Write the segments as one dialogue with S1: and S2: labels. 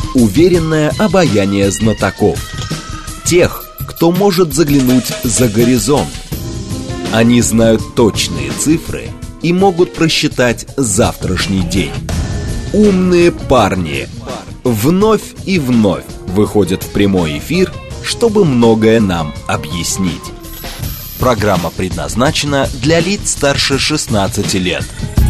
S1: уверенное обаяние знатоков. Тех, кто может заглянуть за горизонт. Они знают точные цифры и могут просчитать завтрашний день. Умные парни вновь и вновь выходят в прямой эфир, чтобы многое нам объяснить. Программа предназначена для лиц старше 16 лет.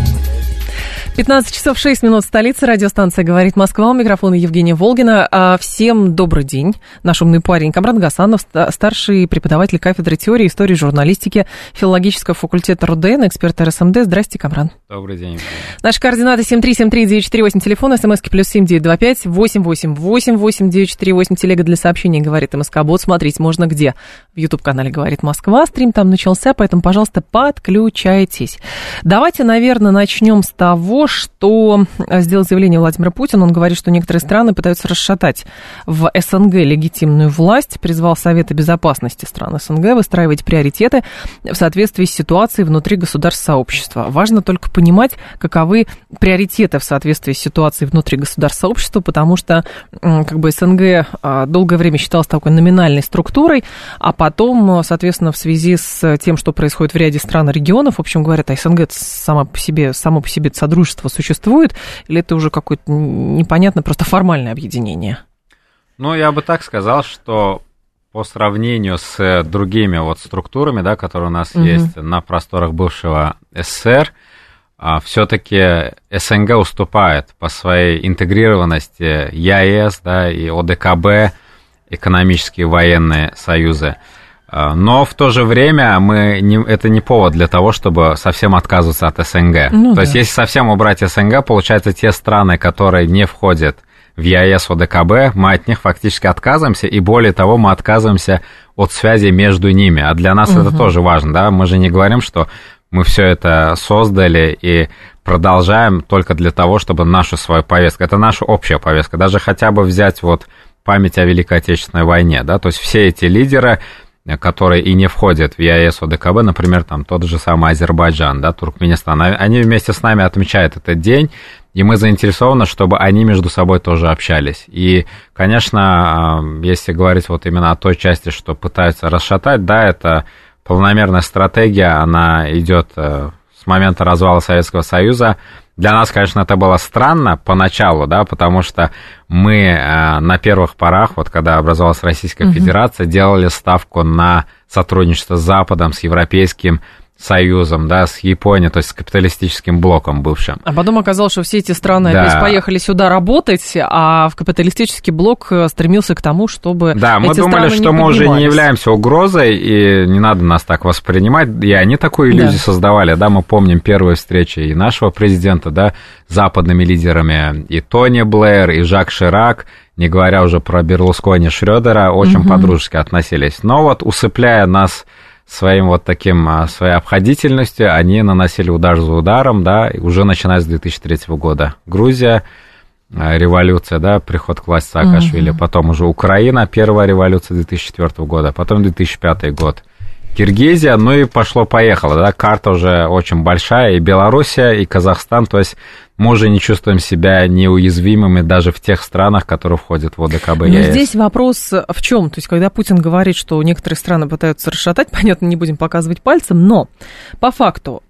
S2: 15 часов 6 минут в столице. Радиостанция «Говорит Москва». У микрофона Евгения Волгина. Всем добрый день. Наш умный парень Камран Гасанов, старший преподаватель кафедры теории, истории, журналистики филологического факультета РУДН, эксперт РСМД. Здрасте, Камран.
S3: Добрый день.
S2: Наши координаты 7373948, телефон, смски +7 925 888 8948, телега для сообщений «Говорит МСК-бот». Смотреть можно где? В YouTube-канале «Говорит Москва». Стрим там начался, поэтому, пожалуйста, подключайтесь. Давайте, наверное, начнем с того, что сделал заявление Владимир Путин. Он говорит, что некоторые страны пытаются расшатать в СНГ легитимную власть. Призвал Советы безопасности стран СНГ выстраивать приоритеты в соответствии с ситуацией внутри государств сообщества. Важно только понимать, каковы приоритеты в соответствии с ситуацией внутри государств сообщества, потому что СНГ долгое время считалась такой номинальной структурой, а потом, соответственно, в связи с тем, что происходит в ряде стран и регионов, в общем говоря, СНГ само по себе содружество существует, или это уже какое-то непонятно, просто формальное объединение?
S3: Ну, я бы так сказал, что по сравнению с другими структурами, да, которые у нас есть на просторах бывшего СССР, все-таки СНГ уступает по своей интегрированности ЕАЭС, да, и ОДКБ, экономические военные союзы. Но в то же время это не повод для того, чтобы совсем отказываться от СНГ. То есть, если совсем убрать СНГ, получается, те страны, которые не входят в ЕАЭС, ОДКБ, мы от них фактически отказываемся, и более того, мы отказываемся от связи между ними. А для нас это тоже важно, да? Мы же не говорим, что мы все это создали и продолжаем только для того, чтобы нашу свою повестку. Это наша общая повестка. Даже хотя бы взять память о Великой Отечественной войне, да? То есть, все эти лидеры, которые и не входят в ЕАЭС, ОДКБ, например, там тот же самый Азербайджан, да, Туркменистан, они вместе с нами отмечают этот день, и мы заинтересованы, чтобы они между собой тоже общались. И, конечно, если говорить именно о той части, что пытаются расшатать, да, это планомерная стратегия, она идет с момента развала Советского Союза. Для нас, конечно, это было странно поначалу, да, потому что мы на первых порах, когда образовалась Российская Федерация, делали ставку на сотрудничество с Западом, с Европейским Союзом, да, с Японией, то есть с капиталистическим блоком бывшим. А потом оказалось, что все эти страны опять поехали сюда работать, а в капиталистический блок стремился к тому, чтобы мы думали, что мы уже не являемся угрозой, и не надо нас так воспринимать, и они такую иллюзию создавали, да, мы помним первые встречи и нашего президента, да, с западными лидерами, и Тони Блэр, и Жак Ширак, не говоря уже про Берлускони, Шрёдера, очень по-дружески относились. Но усыпляя нас своей обходительностью, они наносили удар за ударом, да, уже начиная с 2003 года. Грузия, революция, да, приход к власти Саакашвили, потом уже Украина, первая революция 2004 года, потом 2005 год. Киргизия, и пошло-поехало, да, карта уже очень большая, и Белоруссия, и Казахстан, то есть мы уже не чувствуем себя неуязвимыми даже в тех странах, которые входят в ОДКБ и ЕАЭС. Но здесь вопрос в чем? То есть, когда Путин говорит, что некоторые страны пытаются расшатать, понятно, не будем показывать пальцем, но по факту,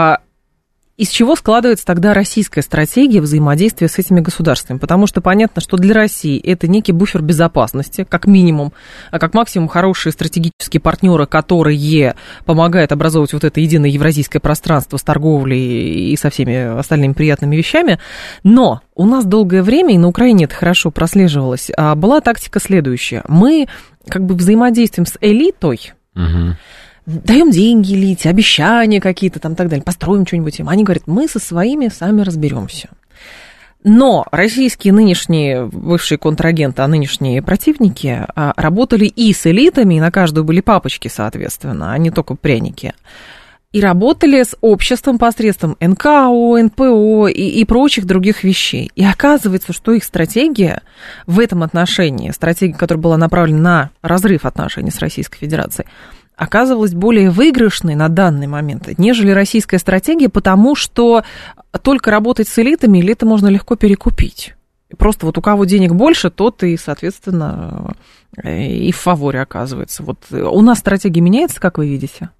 S3: из чего складывается тогда российская стратегия взаимодействия с этими государствами? Потому что понятно, что для России это некий буфер безопасности, как минимум, а как максимум хорошие стратегические партнеры, которые помогают образовывать это единое евразийское пространство с торговлей и со всеми остальными приятными вещами. Но у нас долгое время, и на Украине это хорошо прослеживалось, была тактика следующая. Мы взаимодействуем с элитой, даем деньги элите, обещания какие-то там и так далее, построим что-нибудь им. Они говорят, мы со своими сами разберемся. Но российские нынешние бывшие контрагенты, а нынешние противники работали и с элитами, и на каждую были папочки, соответственно, а не только пряники. И работали с обществом посредством НКО, НПО и прочих других вещей. И оказывается, что их стратегия в этом отношении, стратегия, которая была направлена на разрыв отношений с Российской Федерацией, оказывалась более выигрышной на данный момент, нежели российская стратегия, потому что только работать с элитами, элиты можно легко перекупить.
S2: Просто вот у кого денег больше, тот и, соответственно, и в фаворе оказывается. Вот у нас стратегия меняется, как вы видите?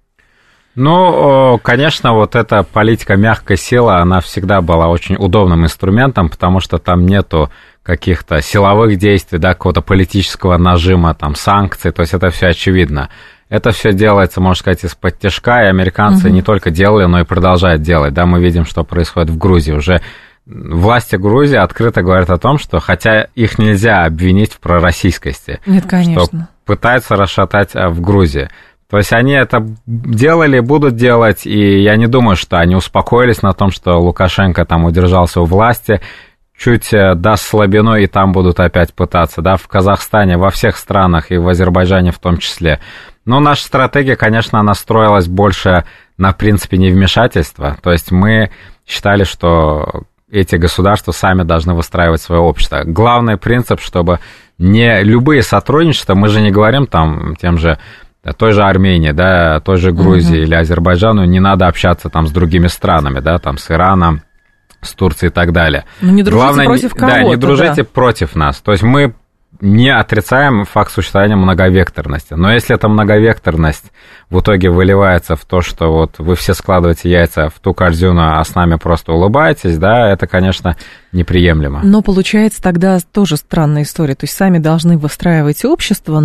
S3: Ну, конечно, вот эта политика мягкой силы, она всегда была очень удобным инструментом, потому что там нету каких-то силовых действий, да, какого-то политического нажима, там, санкций, то есть это все очевидно. Это все делается, можно сказать, из-под тяжка, и американцы не только делали, но и продолжают делать, да, мы видим, что происходит в Грузии. Уже власти Грузии открыто говорят о том, что, хотя их нельзя обвинить в пророссийскости,
S2: нет, конечно,
S3: что пытаются расшатать в Грузии. То есть они это делали, будут делать, и я не думаю, что они успокоились на том, что Лукашенко там удержался у власти, чуть даст слабину, и там будут опять пытаться, да, в Казахстане, во всех странах, и в Азербайджане в том числе. Но наша стратегия, конечно, она строилась больше на принципе невмешательства, то есть мы считали, что эти государства сами должны выстраивать свое общество. Главный принцип, чтобы не любые сотрудничества, мы же не говорим там тем же, той же Армении, да, той же Грузии или Азербайджану, не надо общаться там с другими странами, да, там с Ираном, с Турцией и так далее.
S2: Но не дружите
S3: главное,
S2: против кого-то.
S3: Да, не дружите против нас. То есть мы не отрицаем факт существования многовекторности. Но если эта многовекторность в итоге выливается в то, что вот вы все складываете яйца в ту корзину, а с нами просто улыбаетесь, да, это, конечно, неприемлемо.
S2: Но получается тогда тоже странная история. То есть сами должны выстраивать общество,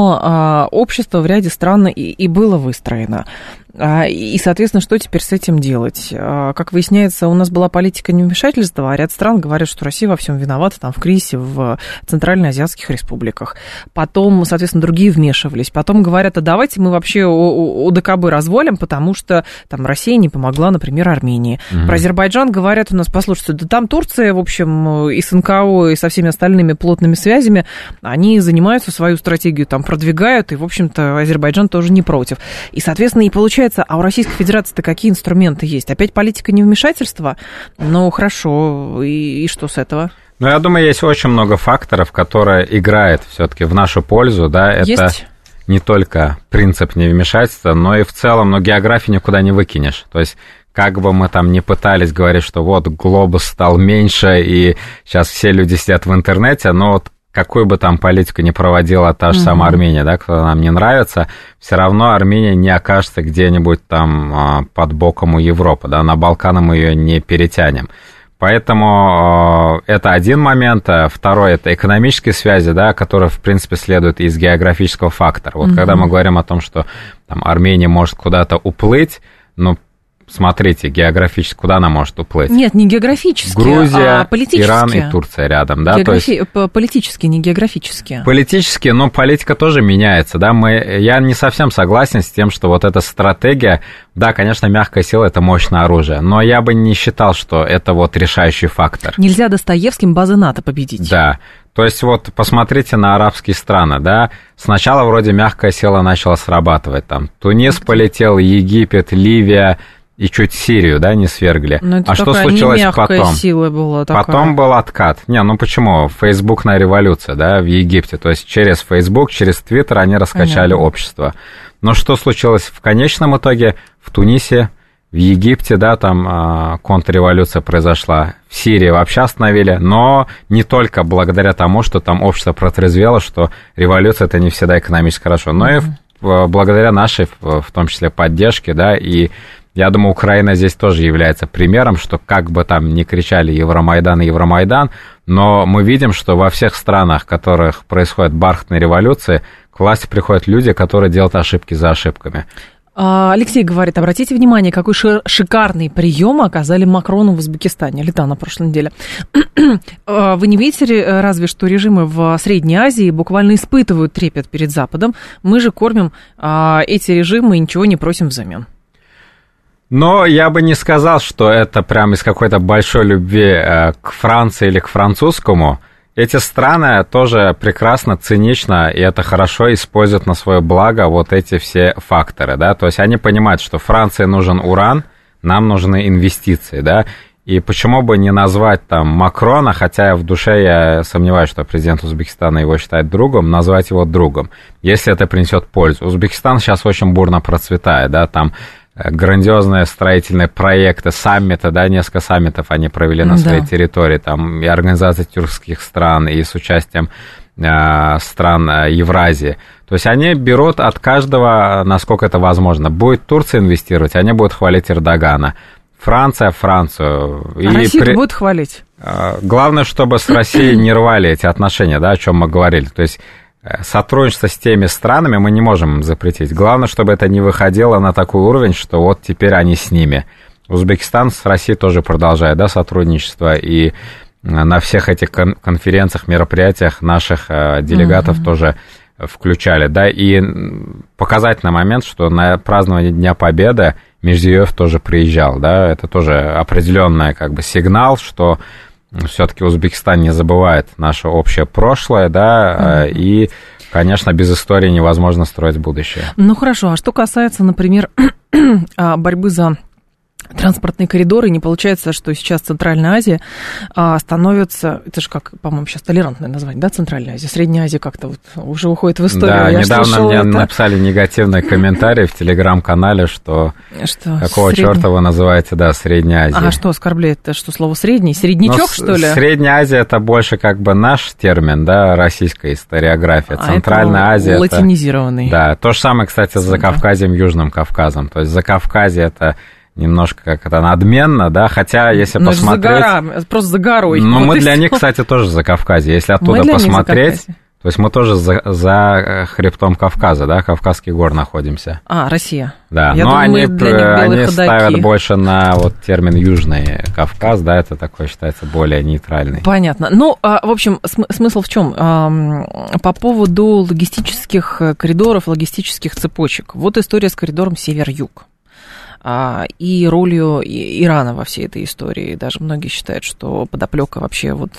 S2: но общество в ряде стран и было выстроено. И, соответственно, что теперь с этим делать? Как выясняется, у нас была политика невмешательства, а ряд стран говорят, что Россия во всем виновата, там, в кризисе в центральноазиатских республиках. Потом, соответственно, другие вмешивались. Потом говорят, а давайте мы вообще ОДКБ развалим, потому что там Россия не помогла, например, Армении. Про Азербайджан говорят у нас, послушайте, да там Турция, в общем, и с НКО, и со всеми остальными плотными связями, они занимаются, свою стратегию там продвигают, и, в общем-то, Азербайджан тоже не против. И, соответственно, и получается, а у Российской Федерации-то какие инструменты есть? Опять политика невмешательства? Ну, хорошо, и что с этого?
S3: Ну, я думаю, есть очень много факторов, которые играют все-таки в нашу пользу, да, это
S2: есть?
S3: Не только принцип невмешательства, но и в целом, ну, географию никуда не выкинешь, то есть как бы мы там ни пытались говорить, что вот глобус стал меньше, и сейчас все люди сидят в интернете, но вот какую бы там политику ни проводила та же самая Армения, да, кто нам не нравится, все равно Армения не окажется где-нибудь там под боком у Европы, да, на Балканы мы ее не перетянем. Поэтому это один момент. Второй – это экономические связи, да, которые, в принципе, следуют из географического фактора. Вот когда мы говорим о том, что там, Армения может куда-то уплыть, смотрите, географически, куда она может уплыть?
S2: Нет, не географически,
S3: Грузия,
S2: а политически.
S3: Иран и Турция рядом, да?
S2: Политически, не географически.
S3: Политически, но политика тоже меняется, да? Я не совсем согласен с тем, что вот эта стратегия, да, конечно, мягкая сила – это мощное оружие, но я бы не считал, что это вот решающий фактор.
S2: Нельзя Достоевским базы НАТО победить.
S3: Да. То есть вот посмотрите на арабские страны, да, сначала вроде мягкая сила начала срабатывать, там Тунис полетел, Египет, Ливия и чуть Сирию, да, не свергли. А что случилось потом?
S2: Сила была такая.
S3: Потом был откат. Почему? Фейсбукная революция, да, в Египте, то есть через Фейсбук, через Твиттер они раскачали общество. Но что случилось в конечном итоге? В Тунисе, в Египте, да, там контрреволюция произошла, в Сирии вообще остановили, но не только благодаря тому, что там общество протрезвело, что революция – это не всегда экономически хорошо, но и благодаря нашей, в том числе, поддержке, да, и я думаю, Украина здесь тоже является примером, что как бы там ни кричали Евромайдан, но мы видим, что во всех странах, в которых происходят бархатные революции, к власти приходят люди, которые делают ошибки за ошибками.
S2: Алексей говорит, обратите внимание, какой шикарный прием оказали Макрону в Узбекистане. Летал на прошлой неделе. Вы не видите, разве что режимы в Средней Азии буквально испытывают трепет перед Западом. Мы же кормим эти режимы и ничего не просим взамен.
S3: Но я бы не сказал, что это прям из какой-то большой любви к Франции или к французскому. Эти страны тоже прекрасно, цинично, и это хорошо используют на свое благо вот эти все факторы, да, то есть они понимают, что Франции нужен уран, нам нужны инвестиции, да, и почему бы не назвать там Макрона, хотя в душе я сомневаюсь, что президент Узбекистана его считает другом, назвать его другом, если это принесет пользу. Узбекистан сейчас очень бурно процветает, да, там грандиозные строительные проекты, саммиты, да, несколько саммитов они провели на своей территории, там и организации тюркских стран, и с участием стран Евразии. То есть они берут от каждого, насколько это возможно. Будет Турция инвестировать, они будут хвалить Эрдогана. Франция Францию.
S2: А Россию будут хвалить?
S3: Главное, чтобы с Россией не рвали эти отношения, да, о чем мы говорили. То есть сотрудничество с теми странами мы не можем им запретить. Главное, чтобы это не выходило на такой уровень, что вот теперь они с ними. Узбекистан с Россией тоже продолжает, да, сотрудничество, и на всех этих конференциях, мероприятиях наших делегатов тоже включали, да, и показательный момент, что на празднование Дня Победы Мирзиёев тоже приезжал, да, это тоже определенный как бы сигнал, что все-таки Узбекистан не забывает наше общее прошлое, да, и, конечно, без истории невозможно строить будущее.
S2: Ну, хорошо, а что касается, например, борьбы за транспортные коридоры, не получается, что сейчас Центральная Азия становится, это же как, по-моему, сейчас толерантное название, да, Центральная Азия, Средняя Азия как-то вот уже уходит в историю.
S3: Да, недавно мне написали негативный комментарий в Телеграм-канале, что какого черта вы называете, да, Средняя Азия.
S2: А что оскорбляет, это что, слово средний? Среднячок, что ли?
S3: Средняя Азия это больше как бы наш термин, да, российская историография. Центральная Азия это
S2: латинизированный.
S3: Да, то же самое, кстати, с Закавказьем, Южным Кавказом. То есть Закавказье это немножко как это надменно, да, хотя если посмотреть...
S2: Просто за горой.
S3: Ну, вот мы для них, кстати, тоже Закавказье. Если оттуда посмотреть, то есть мы тоже за хребтом Кавказа, да, Кавказских гор находимся.
S2: А, Россия.
S3: Да, но они ставят больше на вот термин Южный Кавказ, да, это такой считается более нейтральный.
S2: Понятно. Ну, в общем, смысл в чем? По поводу логистических коридоров, логистических цепочек. Вот история с коридором север-юг. И ролью Ирана во всей этой истории. Даже многие считают, что подоплека вообще вот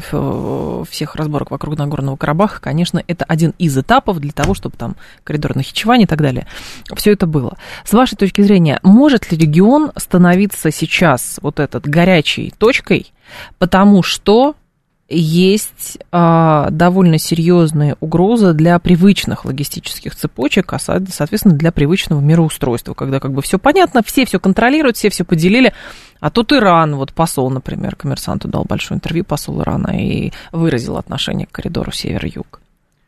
S2: всех разборок вокруг Нагорного Карабаха, конечно, это один из этапов для того, чтобы там коридор Нахичевань и так далее. Все это было. С вашей точки зрения, может ли регион становиться сейчас вот этот горячей точкой, потому что есть довольно серьезные угрозы для привычных логистических цепочек, а, соответственно, для привычного мироустройства, когда как бы все понятно, все контролируют, все поделили, а тут Иран, вот посол, например, «Коммерсанту» дал большое интервью, посол Ирана, и выразил отношение к коридору север-юг.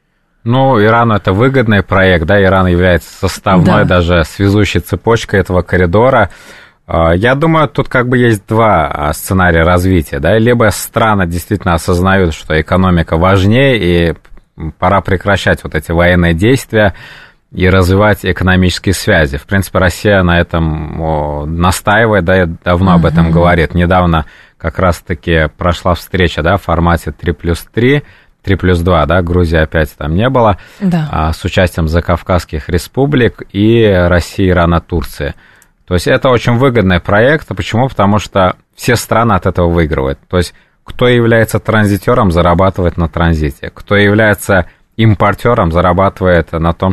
S3: Ну, Ирану это выгодный проект, да, Иран является составной, даже связующей цепочкой этого коридора. Я думаю, тут как бы есть два сценария развития, да, либо страны действительно осознают, что экономика важнее, и пора прекращать вот эти военные действия и развивать экономические связи. В принципе, Россия на этом настаивает, да, и давно об этом говорит. Недавно как раз-таки прошла встреча, да, в формате 3+3, 3+2, да, Грузии опять там не было, с участием закавказских республик и России, Ирана, Турции. То есть это очень выгодный проект. Почему? Потому что все страны от этого выигрывают. То есть кто является транзитером, зарабатывает на транзите. Кто является импортером, зарабатывает на том,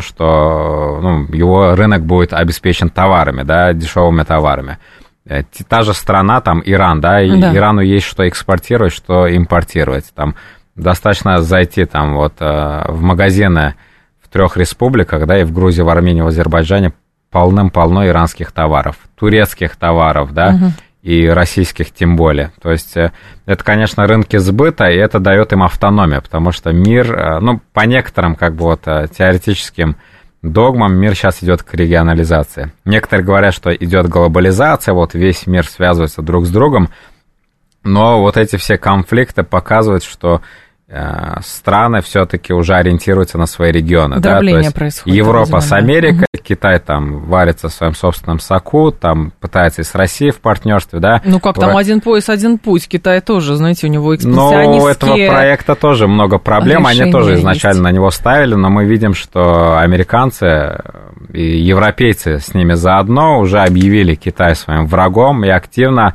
S3: что его рынок будет обеспечен товарами, да, дешевыми товарами. Та же страна, там Иран, да, Ирану есть что экспортировать, что импортировать. Там достаточно зайти там вот в магазины в 3 республиках, да, и в Грузии, в Армении, в Азербайджане полным-полно иранских товаров, турецких товаров, да, и российских тем более. То есть это, конечно, рынки сбыта, и это дает им автономию, потому что мир, по некоторым как бы вот теоретическим догмам мир сейчас идет к регионализации. Некоторые говорят, что идет глобализация, вот весь мир связывается друг с другом, но вот эти все конфликты показывают, что страны все-таки уже ориентируются на свои регионы.
S2: Дробление,
S3: да? То
S2: есть
S3: происходит. Европа с Америкой, Китай там варится в своем собственном соку, там пытается и с Россией в партнерстве, да.
S2: Ну как там один пояс, один путь. Китай тоже, знаете, у него экспансионистские.
S3: Но у этого проекта тоже много проблем, они тоже изначально на него ставили, но мы видим, что американцы и европейцы с ними заодно уже объявили Китай своим врагом и активно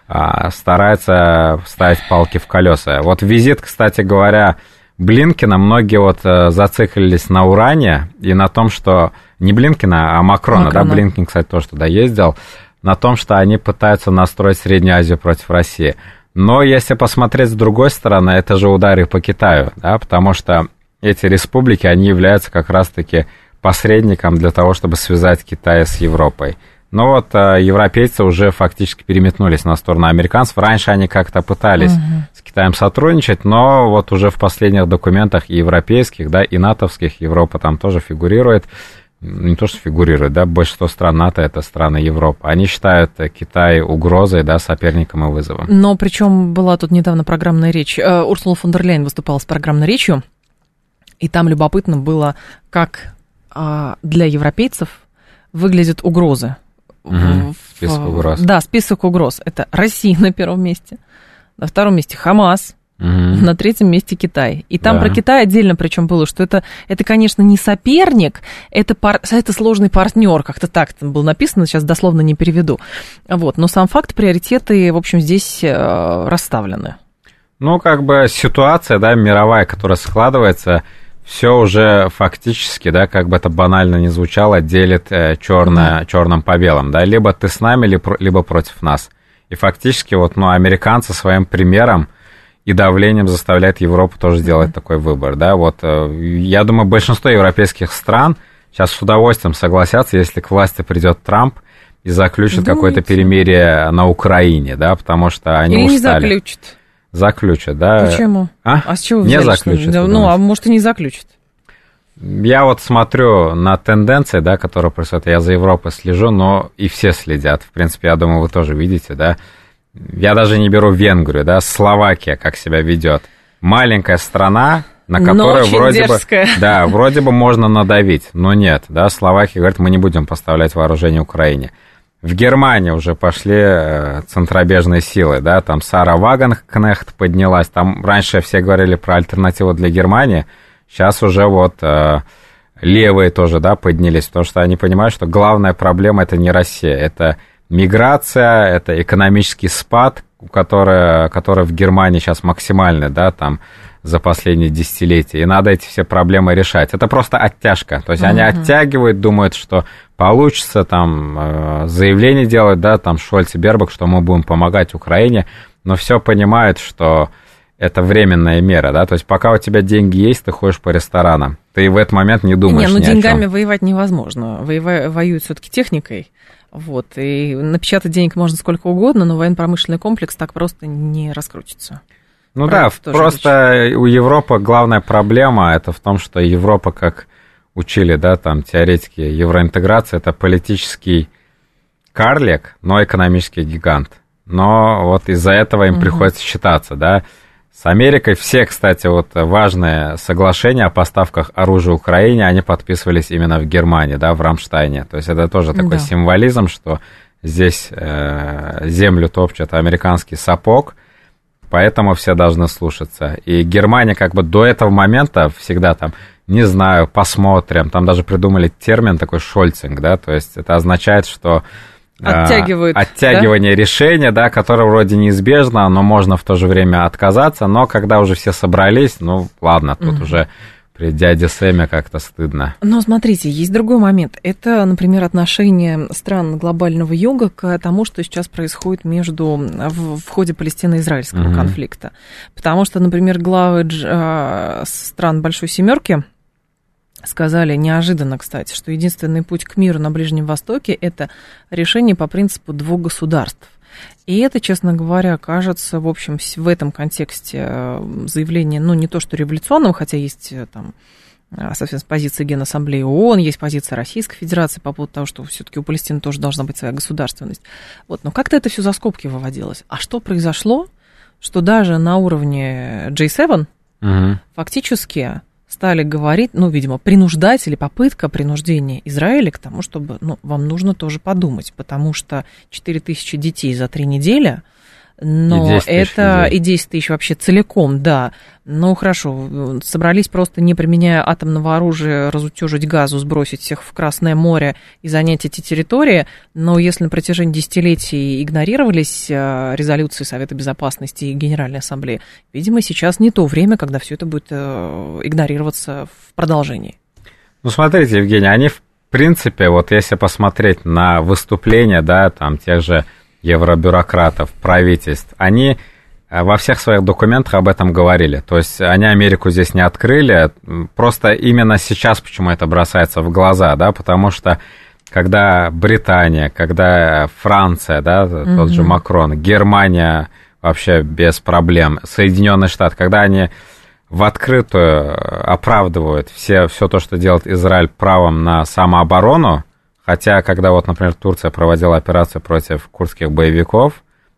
S3: старается ставить палки в колеса. Вот визит, кстати говоря, Блинкена, многие вот зациклились на уране и на том, что не Блинкена, а Макрона. Да, Блинкен, кстати, тоже туда ездил, на том, что они пытаются настроить Среднюю Азию против России. Но если посмотреть с другой стороны, это же удары по Китаю, да, потому что эти республики, они являются как раз-таки посредником для того, чтобы связать Китай с Европой. Но вот европейцы уже фактически переметнулись на сторону американцев. Раньше они как-то пытались с Китаем сотрудничать, но вот уже в последних документах и европейских, да, и натовских, Европа там тоже фигурирует, не то что фигурирует, да, большинство стран НАТО — это страны Европы. Они считают Китай угрозой, да, соперником и вызовом.
S2: Но причем была тут недавно программная речь. Урсула фон дер Ляйен выступала с программной речью, и там любопытно было, как для европейцев выглядят угрозы.
S3: Список угроз.
S2: Да, список угроз. Это Россия на первом месте, на втором месте Хамас, на третьем месте Китай. И там про Китай отдельно причем было, что это, конечно, не соперник, это сложный партнер, как-то так там было написано, сейчас дословно не переведу. Вот. Но сам факт, приоритеты, в общем, здесь расставлены.
S3: Ну, как бы ситуация, да, мировая, которая складывается, все уже фактически, да, как бы это банально ни звучало, делит черным по белым, да, либо ты с нами, либо против нас. И фактически вот, ну, американцы своим примером и давлением заставляют Европу тоже сделать такой выбор, да, вот, я думаю, большинство европейских стран сейчас с удовольствием согласятся, если к власти придет Трамп и заключит какое-то перемирие на Украине, да, потому что они устали.
S2: Не заключит.
S3: Заключат, да.
S2: Почему? А с чего вы
S3: не
S2: взяли,
S3: заключат.
S2: Ну, а может, и не заключат.
S3: Я вот смотрю на тенденции, да, которые происходят. Я за Европой слежу, но и все следят. В принципе, я думаю, вы тоже видите, да. Я даже не беру Венгрию, да, Словакия, как себя ведет. Маленькая страна, на которую вроде бы можно надавить, но нет, да. Словакия говорит, мы не будем поставлять вооружение Украине. В Германии уже пошли центробежные силы, да, там Сара Вагенкнехт поднялась, там раньше все говорили про альтернативу для Германии, сейчас уже вот левые тоже, да, поднялись, потому что они понимают, что главная проблема — это не Россия, это миграция, это экономический спад, который в Германии сейчас максимальный, да, там, за последние десятилетия, и надо эти все проблемы решать. Это просто оттяжка, то есть они оттягивают, думают, что получится, там, заявление делать, да, там, Шольц и Бербак, что мы будем помогать Украине, но все понимают, что это временная мера, да, то есть пока у тебя деньги есть, ты ходишь по ресторанам, ты в этот момент не думаешь ни о чем.
S2: Деньгами воевать невозможно, воюют все-таки техникой, вот, и напечатать денег можно сколько угодно, но военно-промышленный комплекс так просто не раскрутится.
S3: Ну да, просто у Европы главная проблема это в том, что Европа, как учили, да, там теоретики евроинтеграции, это политический карлик, но экономический гигант. Но вот из-за этого им приходится считаться, да. С Америкой все, кстати, вот важные соглашения о поставках оружия Украине, они подписывались именно в Германии, да, в Рамштайне. То есть это тоже такой символизм, что здесь землю топчет американский сапог, поэтому все должны слушаться. И Германия как бы до этого момента всегда там, не знаю, посмотрим, там даже придумали термин такой шольцинг, да, то есть это означает, что оттягивание решения, да, которое вроде неизбежно, но можно в то же время отказаться, но когда уже все собрались, ну ладно, тут уже при дяде Сэме как-то стыдно.
S2: Но смотрите, есть другой момент. Это, например, отношение стран глобального юга к тому, что сейчас происходит в ходе палестино-израильского конфликта. Потому что, например, главы стран Большой Семерки сказали неожиданно, кстати, что единственный путь к миру на Ближнем Востоке – это решение по принципу двух государств. И это, честно говоря, кажется, в общем, в этом контексте заявление, ну, не то что революционным, хотя есть там, соответственно, позиция Генассамблеи ООН, есть позиция Российской Федерации по поводу того, что все-таки у Палестины тоже должна быть своя государственность. Вот, но как-то это все за скобки выводилось. А что произошло, что даже на уровне G7 фактически стали говорить, ну, видимо, принуждать или попытка принуждения Израиля к тому, чтобы, ну, вам нужно тоже подумать, потому что 4000 детей за 3 недели, но это и 10 тысяч вообще целиком, да. Ну, хорошо, собрались просто, не применяя атомного оружия, разутюжить Газу, сбросить всех в Красное море и занять эти территории, но если на протяжении десятилетий игнорировались резолюции Совета Безопасности и Генеральной Ассамблеи, видимо, сейчас не то время, когда все это будет игнорироваться в продолжении.
S3: Ну, смотрите, Евгений, они, в принципе, вот если посмотреть на выступления, да, там, тех же евробюрократов, правительств, они во всех своих документах об этом говорили. То есть они Америку здесь не открыли, просто именно сейчас почему это бросается в глаза, да, потому что когда Британия, когда Франция, да, тот же Макрон, Германия вообще без проблем, Соединенные Штаты, когда они в открытую оправдывают все то, что делает Израиль, правом на самооборону, хотя, когда вот, например, Турция проводила операцию против курдских боевиков,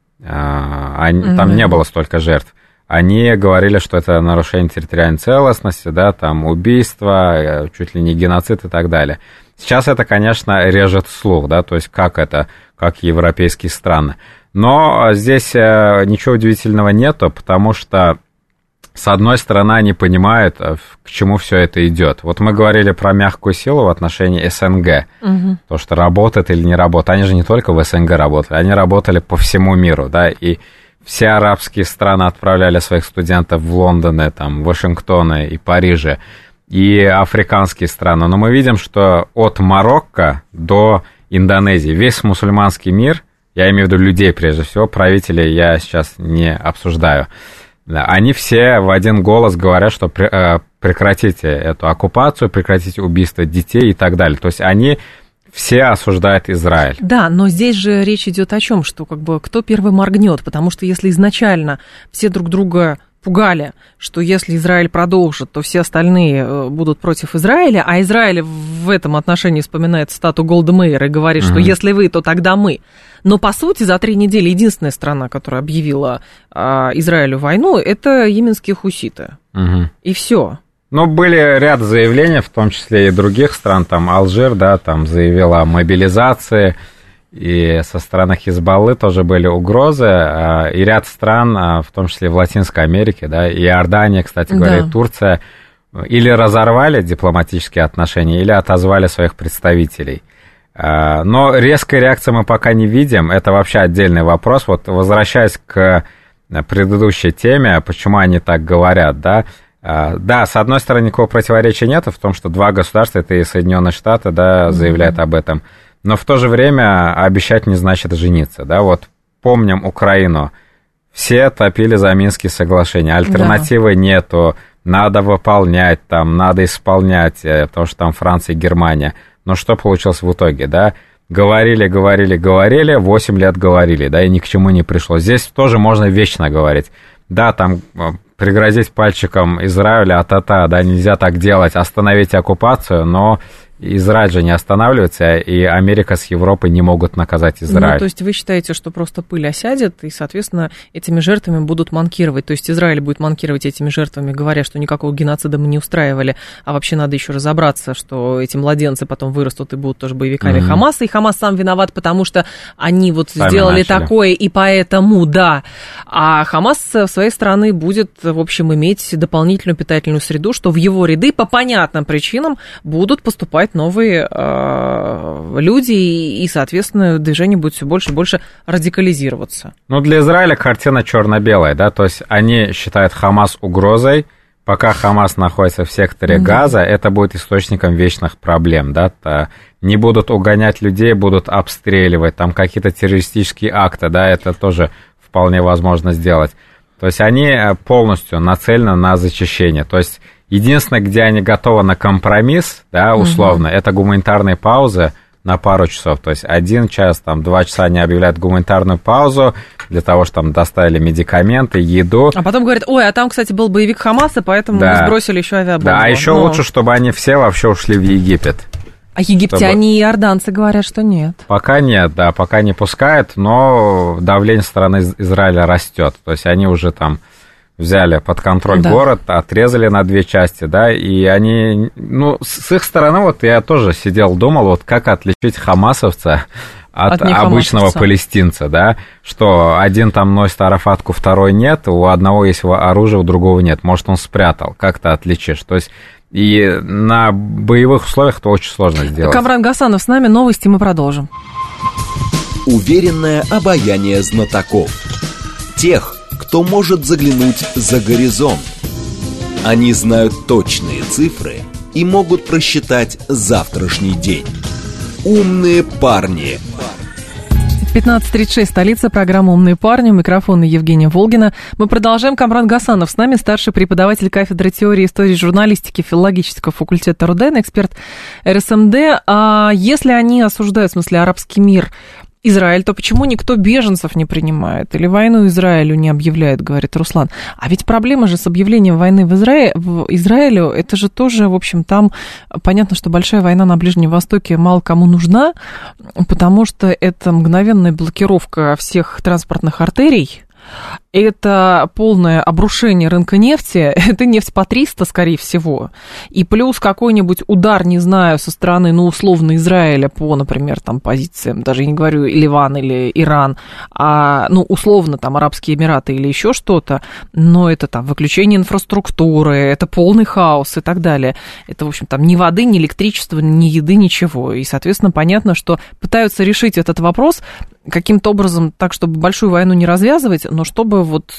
S3: там не было столько жертв, они говорили, что это нарушение территориальной целостности, да, там убийство, чуть ли не геноцид и так далее. Сейчас это, конечно, режет слух, да, то есть как европейские страны. Но здесь ничего удивительного нету, потому что, с одной стороны, они понимают, к чему все это идет. Вот мы говорили про мягкую силу в отношении СНГ, то, что работает или не работает. Они же не только в СНГ работали, они работали по всему миру, да, и все арабские страны отправляли своих студентов в Лондон, там, Вашингтон и Париж, и африканские страны. Но мы видим, что от Марокко до Индонезии весь мусульманский мир, я имею в виду людей прежде всего, правителей я сейчас не обсуждаю, они все в один голос говорят, что прекратите эту оккупацию, прекратите убийство детей и так далее. То есть они все осуждают Израиль.
S2: Да, но здесь же речь идет о чем, что как бы кто первый моргнет, потому что если изначально все друг друга пугали, что если Израиль продолжит, то все остальные будут против Израиля, а Израиль в этом отношении вспоминает стату Голды Меир и говорит, что если вы, то тогда мы. Но, по сути, за 3 недели единственная страна, которая объявила Израилю войну, это йеменские хуситы. И все.
S3: Ну, были ряд заявлений, в том числе и других стран, там Алжир, да, там заявила о мобилизации, и со стороны Хизбаллы тоже были угрозы, и ряд стран, в том числе в Латинской Америке, да, и Иордания, кстати говоря, и Турция, или разорвали дипломатические отношения, или отозвали своих представителей. Но резкой реакции мы пока не видим, это вообще отдельный вопрос. Вот возвращаясь к предыдущей теме, почему они так говорят, да, да, с одной стороны, никакого противоречия нет в том, что 2 государства, это и Соединенные Штаты, да, заявляют об этом, но в то же время обещать не значит жениться, да, вот помним Украину, все топили за Минские соглашения, альтернативы нету, надо выполнять, там, надо исполнять, потому что там Франция и Германия, но что получилось в итоге, да, говорили, 8 лет говорили, да, и ни к чему не пришло, здесь тоже можно вечно говорить, да, там пригрозить пальчиком Израиля, да, нельзя так делать, остановить оккупацию, но Израиль же не останавливается, и Америка с Европой не могут наказать Израиль.
S2: Ну, то есть вы считаете, что просто пыль осядет, и, соответственно, этими жертвами будут манкировать, то есть Израиль будет манкировать этими жертвами, говоря, что никакого геноцида мы не устраивали, а вообще надо еще разобраться, что эти младенцы потом вырастут и будут тоже боевиками Хамаса, и Хамас сам виноват, потому что они вот сами сделали такое, и поэтому, да, а Хамас с своей стороны будет, в общем, иметь дополнительную питательную среду, что в его ряды по понятным причинам будут поступать новые люди, и, соответственно, движение будет все больше и больше радикализироваться.
S3: Ну, для Израиля картина черно-белая, да, то есть они считают Хамас угрозой, пока Хамас находится в секторе Газа, это будет источником вечных проблем, да, не будут угонять людей, будут обстреливать, там какие-то террористические акты, да, это тоже вполне возможно сделать. То есть они полностью нацелены на зачищение, то есть единственное, где они готовы на компромисс, да, условно, это гуманитарные паузы на пару часов. То есть 1 час, там, 2 часа они объявляют гуманитарную паузу для того, чтобы там доставили медикаменты, еду.
S2: А потом говорят, ой, а там, кстати, был боевик Хамаса, поэтому мы сбросили еще авиабомбу.
S3: Да, а еще лучше, чтобы они все вообще ушли в Египет.
S2: А египтяне и иорданцы говорят, что нет.
S3: Пока нет, да, пока не пускают, но давление со стороны Израиля растет. То есть они уже там взяли под контроль город, отрезали на 2 части, да, и они, ну, с их стороны, вот я тоже сидел, думал, вот как отличить хамасовца от обычного палестинца, да, что один там носит арафатку, второй нет, у одного есть оружие, у другого нет, может, он спрятал, как ты отличишь, то есть и на боевых условиях это очень сложно сделать.
S2: Камран Гасанов с нами, новости, мы продолжим.
S1: Уверенное обаяние знатоков. Тех, кто может заглянуть за горизонт. Они знают точные цифры и могут просчитать завтрашний день. Умные парни.
S2: 15:36, столица, программа «Умные парни», у микрофона Евгения Волгина. Мы продолжаем. Камран Гасанов с нами, старший преподаватель кафедры теории и истории журналистики филологического факультета РУДН, эксперт РСМД. А если они осуждают, в смысле, арабский мир, Израиль, то почему никто беженцев не принимает? Или войну Израилю не объявляет, говорит Руслан. А ведь проблема же с объявлением войны в Израилю, это же тоже, в общем, там понятно, что большая война на Ближнем Востоке мало кому нужна, потому что это мгновенная блокировка всех транспортных артерий, это полное обрушение рынка нефти, это нефть по 300, скорее всего, и плюс какой-нибудь удар, не знаю, со стороны, ну, условно, Израиля по, например, там, позициям, даже я не говорю Ливан или Иран, а, ну, условно, там, Арабские Эмираты или еще что-то, но это, там, выключение инфраструктуры, это полный хаос и так далее. Это, в общем, там, ни воды, ни электричества, ни еды, ничего. И, соответственно, понятно, что пытаются решить этот вопрос каким-то образом так, чтобы большую войну не развязывать, но чтобы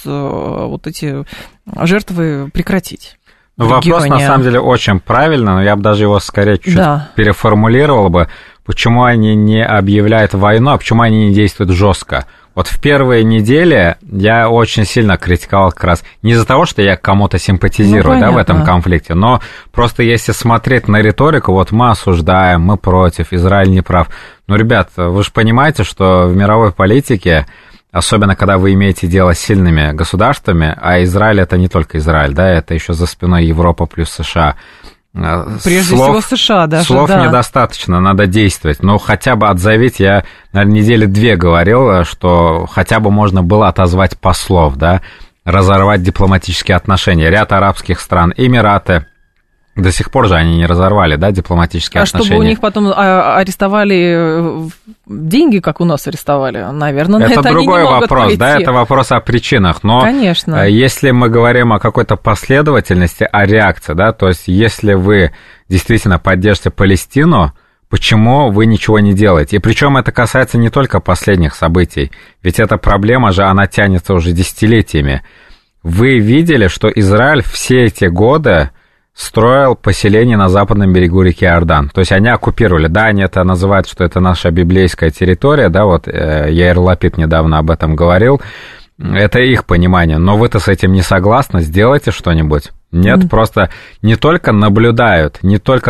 S2: вот эти жертвы прекратить.
S3: Ну, вопрос, на самом деле, очень правильный, но я бы даже его скорее чуть переформулировал бы. Почему они не объявляют войну, а почему они не действуют жестко? Вот в первые недели я очень сильно критиковал как раз не из-за того, что я кому-то симпатизирую, в этом конфликте, но просто если смотреть на риторику, вот мы осуждаем, мы против, Израиль не прав. Ну, ребят, вы же понимаете, что в мировой политике, особенно когда вы имеете дело с сильными государствами, а Израиль это не только Израиль, да, это еще за спиной Европа плюс США.
S2: Прежде всего США даже,
S3: слов недостаточно, надо действовать. Но хотя бы отзовить, я, наверное, недели 2 говорил, что хотя бы можно было отозвать послов, да, разорвать дипломатические отношения. Ряд арабских стран, Эмираты, до сих пор же они не разорвали, да, дипломатические отношения.
S2: А чтобы у них потом арестовали деньги, как у нас арестовали, наверное, на это
S3: другой
S2: они не могут
S3: вопрос,
S2: пойти.
S3: Да, это вопрос о причинах, но
S2: конечно.
S3: Если мы говорим о какой-то последовательности, о реакции, да, то есть если вы действительно поддержите Палестину, почему вы ничего не делаете? И причем это касается не только последних событий, ведь эта проблема же, она тянется уже десятилетиями. Вы видели, что Израиль все эти годы строил поселение на западном берегу реки Иордан. То есть они оккупировали. Да, они это называют, что это наша библейская территория, да, вот Яир Лапид недавно об этом говорил. Это их понимание. Но вы-то с этим не согласны? Сделайте что-нибудь. Нет, просто не только наблюдают,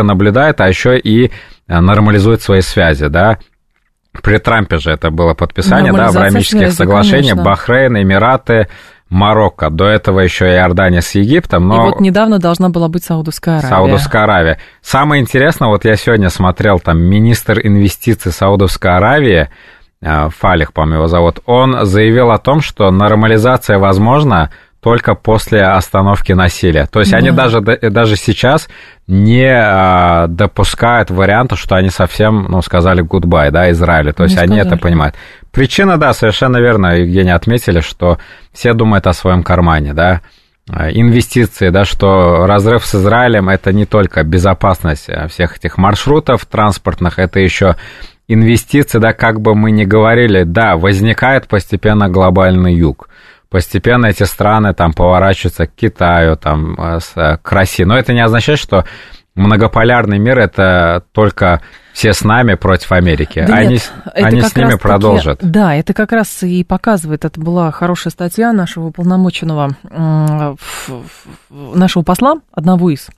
S3: а еще и нормализуют свои связи, да. При Трампе же это было подписание, да, авраамических соглашений, конечно. Бахрейн, Эмираты, Марокко, до этого еще Иордания с Египтом. Но...
S2: И вот недавно должна была быть Саудовская Аравия.
S3: Саудовская Аравия. Самое интересное, вот я сегодня смотрел, там, министр инвестиций Саудовской Аравии, Фалих, по-моему, его зовут, он заявил о том, что нормализация возможна только после остановки насилия. То есть они даже сейчас не допускают варианта, что они совсем, ну, сказали goodbye, да, Израилю. То есть они это понимают. Причина, да, совершенно верно, Евгения, отметили, что все думают о своем кармане, да. Инвестиции, да, что разрыв с Израилем – это не только безопасность всех этих маршрутов транспортных, это еще инвестиции, да, как бы мы ни говорили, да, возникает постепенно глобальный юг. Постепенно эти страны там поворачиваются к Китаю, там, к России. Но это не означает, что многополярный мир – это только все с нами против Америки. Да они с ними продолжат.
S2: Да, это как раз и показывает. Это была хорошая статья нашего уполномоченного, нашего посла, одного из,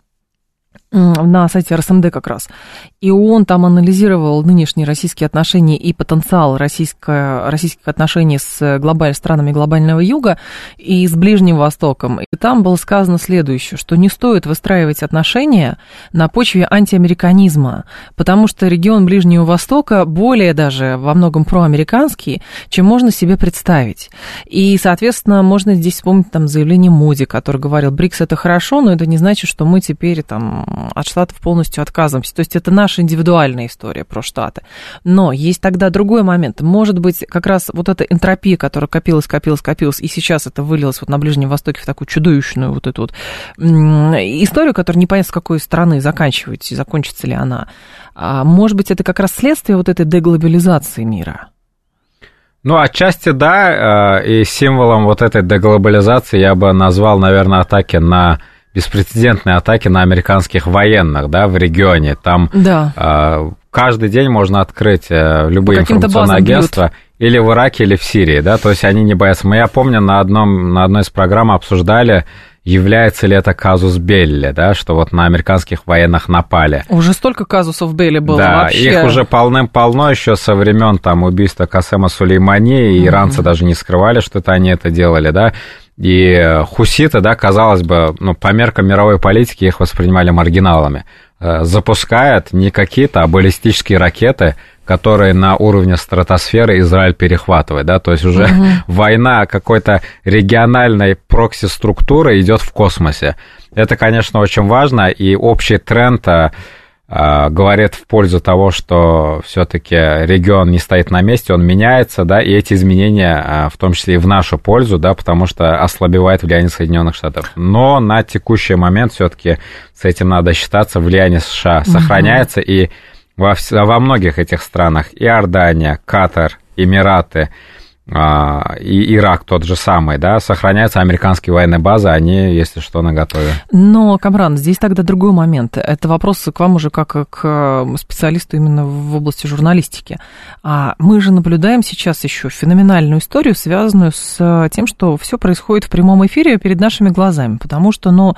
S2: на сайте РСМД как раз. И он там анализировал нынешние российские отношения и потенциал российских отношений с странами глобального юга и с Ближним Востоком. И там было сказано следующее, что не стоит выстраивать отношения на почве антиамериканизма, потому что регион Ближнего Востока более даже во многом проамериканский, чем можно себе представить. И, соответственно, можно здесь вспомнить там заявление Моди, который говорил, БРИКС это хорошо, но это не значит, что мы теперь там от Штатов полностью отказываемся. То есть это наша индивидуальная история про Штаты. Но есть тогда другой момент. Может быть, как раз вот эта энтропия, которая копилась, и сейчас это вылилось вот на Ближнем Востоке в такую чудовищную вот эту вот историю, которая непонятно с какой стороны закончится ли она. Может быть, это как раз следствие вот этой деглобализации мира?
S3: Ну, отчасти да, и символом вот этой деглобализации я бы назвал, наверное, беспрецедентные атаки на американских военных, да, в регионе. Там каждый день можно открыть любые информационные агентства или в Ираке, или в Сирии, да, то есть они не боятся. Я помню, на одной из программ обсуждали, является ли это казус белли, да, что вот на американских военных напали.
S2: Уже столько казусов белли было,
S3: да,
S2: вообще.
S3: Их уже полным-полно еще со времен там убийства Касема Сулеймани, и иранцы даже не скрывали, что это они это делали, да. И хуситы, да, казалось бы, ну, по меркам мировой политики их воспринимали маргиналами. Запускают не какие-то, а баллистические ракеты, которые на уровне стратосферы Израиль перехватывает, да, то есть уже война какой-то региональной прокси-структуры идет в космосе. Это, конечно, очень важно, и общий тренд говорит в пользу того, что все-таки регион не стоит на месте, он меняется, да, и эти изменения, в том числе и в нашу пользу, да, потому что ослабевает влияние Соединенных Штатов. Но на текущий момент все-таки с этим надо считаться, влияние США сохраняется, и во многих этих странах, Иордания, Катар, Эмираты, и Ирак тот же самый, да, сохраняются американские военные базы, они, если что, наготове.
S2: Но, Камран, здесь тогда другой момент. Это вопрос к вам уже как к специалисту именно в области журналистики. Мы же наблюдаем сейчас еще феноменальную историю, связанную с тем, что все происходит в прямом эфире перед нашими глазами, потому что,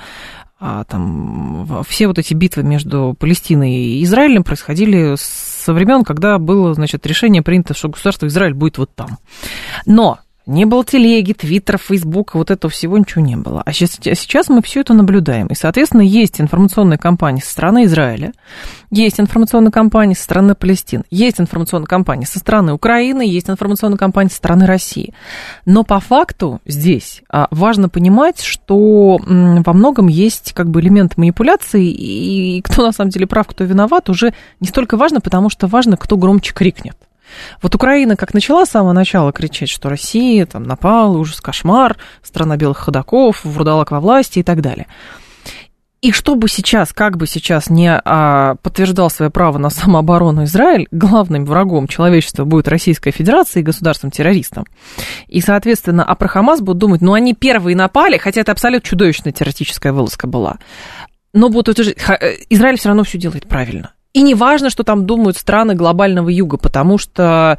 S2: там, все вот эти битвы между Палестиной и Израилем происходили со времен, когда было, значит, решение принято, что государство Израиль будет вот там. Но не было телеги, твиттера, фейсбука, вот этого всего ничего не было. А сейчас мы все это наблюдаем. И, соответственно, есть информационные кампании со стороны Израиля, есть информационные кампании со стороны Палестины, есть информационные кампании со стороны Украины, есть информационные кампании со стороны России. Но по факту здесь важно понимать, что во многом есть как бы элемент манипуляции, и кто на самом деле прав, кто виноват, уже не столько важно, потому что важно, кто громче крикнет. Вот Украина как начала с самого начала кричать, что Россия там напала, ужас, кошмар, страна белых ходоков, вурдалак во власти и так далее. И чтобы сейчас, как бы сейчас не подтверждал свое право на самооборону Израиль, главным врагом человечества будет Российская Федерация и государством-террористом. И, соответственно, про Хамас будут думать, они первые напали, хотя это абсолютно чудовищная террористическая вылазка была. Но вот это же Израиль все равно все делает правильно. И не важно, что там думают страны глобального юга, потому что